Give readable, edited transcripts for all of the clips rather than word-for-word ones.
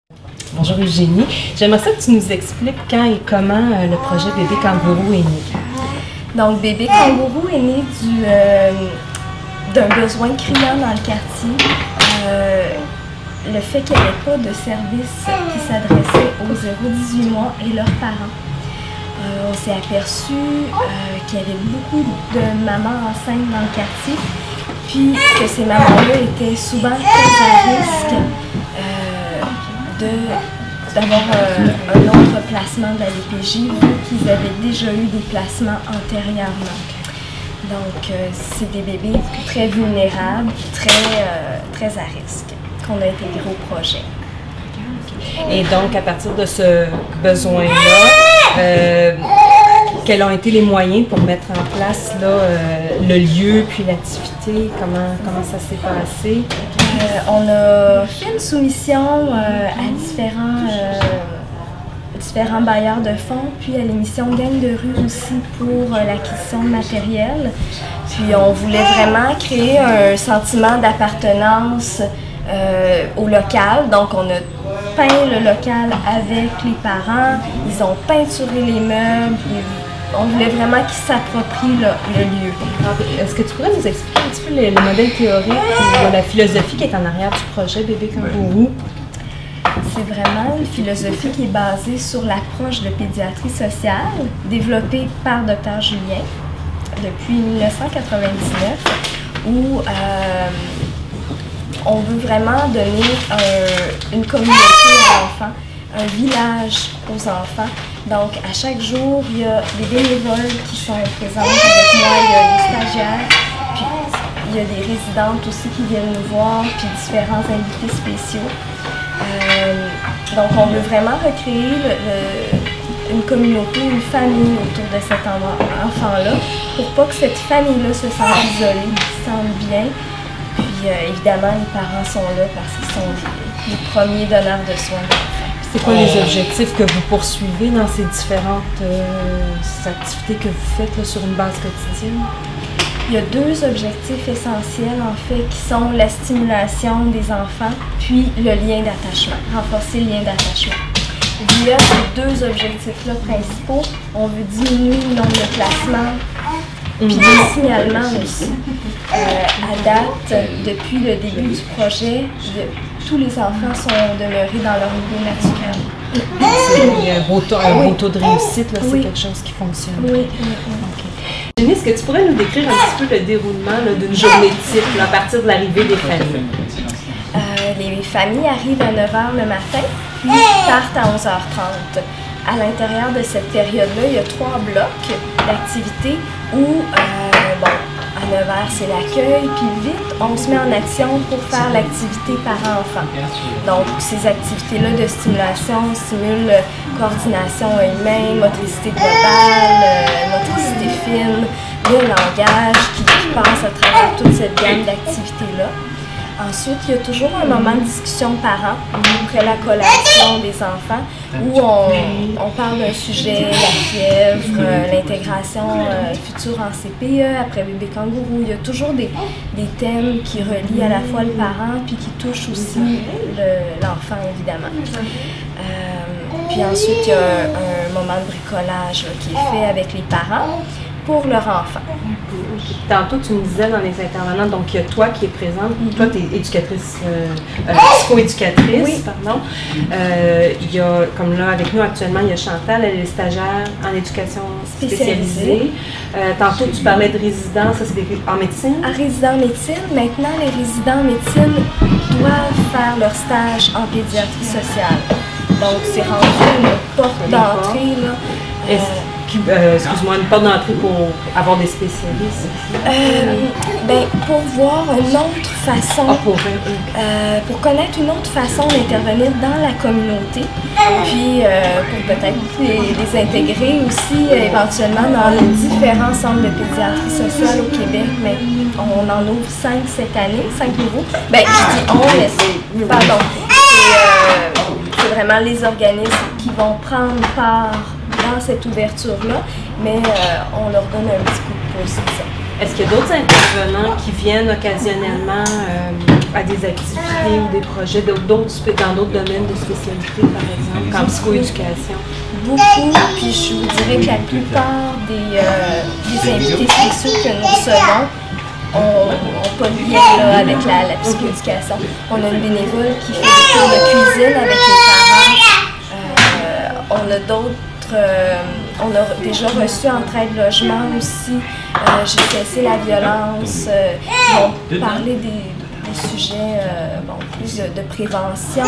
Bonjour Eugénie. J'aimerais ça que tu nous expliques quand et comment le projet Bébé Kangourou est né. Donc, Bébé Kangourou est né d'un besoin criant dans le quartier. Le fait qu'il n'y avait pas de service qui s'adressait aux 0-18 mois et leurs parents. On s'est aperçu qu'il y avait beaucoup de mamans enceintes dans le quartier, puis que ces mamans-là étaient souvent très à risque d'avoir un autre placement de la DPJ, vu qu'ils avaient déjà eu des placements antérieurement. Donc, c'est des bébés très vulnérables, très à risque, qu'on a intégré au projet. Et donc, à partir de ce besoin-là, quels ont été les moyens pour mettre en place là, le lieu puis l'activité? Comment ça s'est passé? On a fait une soumission à différents bailleurs de fonds, puis à l'émission Gang de rue aussi pour l'acquisition de matériel. Puis on voulait vraiment créer un sentiment d'appartenance au local. Donc on a peint le local avec les parents, ils ont peinturé les meubles. On voulait vraiment qu'ils s'approprient le lieu. Est-ce que tu pourrais nous expliquer un petit peu le modèle théorique ou la philosophie qui est en arrière du projet Bébé Kangourou? C'est vraiment une philosophie qui est basée sur l'approche de pédiatrie sociale développée par Dr Julien depuis 1999, où on veut vraiment donner une communauté à l'enfant, un village aux enfants. Donc, à chaque jour, il y a des bénévoles qui sont présents avec moi, il y a des stagiaires, puis il y a des résidentes aussi qui viennent nous voir, puis différents invités spéciaux. Donc, on veut vraiment recréer une communauté, une famille autour de cet enfant-là, pour pas que cette famille-là se sente isolée, se sente bien. Puis, évidemment, les parents sont là parce qu'ils sont les premiers donneurs de soins. C'est quoi les objectifs que vous poursuivez dans ces différentes activités que vous faites là, sur une base quotidienne? Il y a deux objectifs essentiels, en fait, qui sont la stimulation des enfants, puis le lien d'attachement, renforcer le lien d'attachement. Via ces deux objectifs-là principaux, on veut diminuer le nombre de placements, puis des signalements aussi. À date, depuis le début du projet, tous les enfants sont demeurés dans leur milieu naturel. Il y a un beau taux de réussite, là, c'est quelque chose qui fonctionne. Oui. Okay. Jenny, est-ce que tu pourrais nous décrire un petit peu le déroulement d'une journée type là, à partir de l'arrivée des familles? Les familles arrivent à 9h le matin, puis partent à 11h30. À l'intérieur de cette période-là, il y a 3 blocs d'activités où, à 9h, c'est l'accueil, puis vite, on se met en action pour faire l'activité parent-enfant. Donc, ces activités-là de stimulation stimulent coordination œil-main, motricité globale, motricité fine, le langage qui passe à travers toute cette gamme d'activités-là. Ensuite, il y a toujours un moment de discussion parents après la collation des enfants où on parle d'un sujet, la fièvre, l'intégration future en CPE, après Bébé Kangourou. Il y a toujours des thèmes qui relient à la fois le parent puis qui touchent aussi l'enfant, évidemment. Puis ensuite, il y a un moment de bricolage là, qui est fait avec les parents pour leur enfant. Tantôt, tu me disais dans les intervenants, donc il y a toi qui es présente, toi tu es éducatrice, psycho-éducatrice, oui. Pardon. Il y a, comme là avec nous actuellement, il y a Chantal, elle est stagiaire en éducation spécialisée. Tantôt tu parlais de résidents, ça c'est en médecine? En résident en médecine, maintenant les résidents en médecine doivent faire leur stage en pédiatrie sociale. Donc c'est rendu une porte d'entrée là. Excuse-moi, une porte d'entrée pour avoir des spécialistes? Pour voir une autre façon, pour connaître une autre façon d'intervenir dans la communauté, puis pour peut-être les intégrer aussi éventuellement dans les différents centres de pédiatrie sociale au Québec. Mais on en ouvre 5 cette année, 5 nouveaux. Je dis on, mais pardon. C'est vraiment les organismes qui vont prendre part dans cette ouverture-là, mais on leur donne un petit coup de pouce. Est-ce qu'il y a d'autres intervenants qui viennent occasionnellement à des activités ou des projets dans d'autres domaines de spécialité, par exemple, comme psychoéducation? Beaucoup, puis je vous dirais que la plupart des invités spéciaux que nous recevons ont pas de lien là, avec la psychoéducation. On a une bénévole qui fait des cours de cuisine avec les parents. On a d'autres, on a déjà reçu Entraide Logement aussi. J'ai cessé la violence. Ils vont parler des sujets plus de prévention.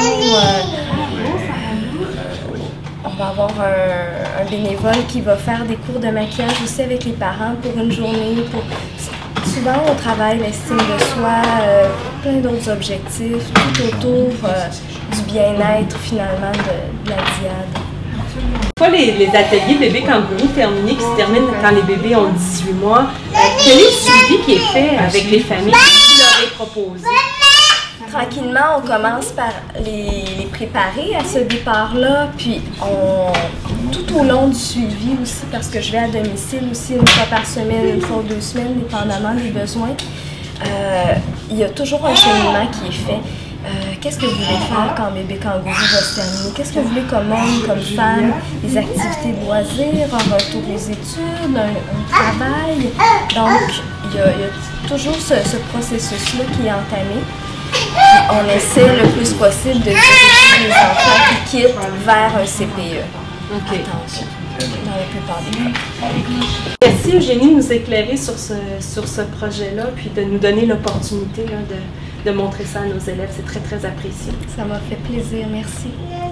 On va avoir un bénévole qui va faire des cours de maquillage aussi avec les parents pour une journée. Souvent, on travaille l'estime de soi, plein d'autres objectifs, tout autour du bien-être finalement de la diade. Une fois les ateliers bébés kangourous terminés, qui se terminent quand les bébés ont 18 mois, quel est le suivi qui est fait avec les familles? Qu'est-ce qui leur est proposé? Tranquillement, on commence par les préparer à ce départ-là, puis tout au long du suivi aussi, parce que je vais à domicile aussi une fois par semaine, une fois ou 2 semaines, dépendamment des besoins, il y a toujours un cheminement qui est fait. Qu'est-ce que vous voulez faire quand bébé kangourou va se terminer? Qu'est-ce que vous voulez comme homme, comme femme? Des activités de loisirs, un retour aux études, un travail. Donc, il y a toujours ce processus-là qui est entamé. On essaie le plus possible de diriger les enfants qui quittent vers un CPE. Okay. Dans la plupart des cas. Merci Eugénie de nous éclairer sur ce projet-là, puis de nous donner l'opportunité de montrer ça à nos élèves. C'est très, très apprécié. Ça m'a fait plaisir. Merci.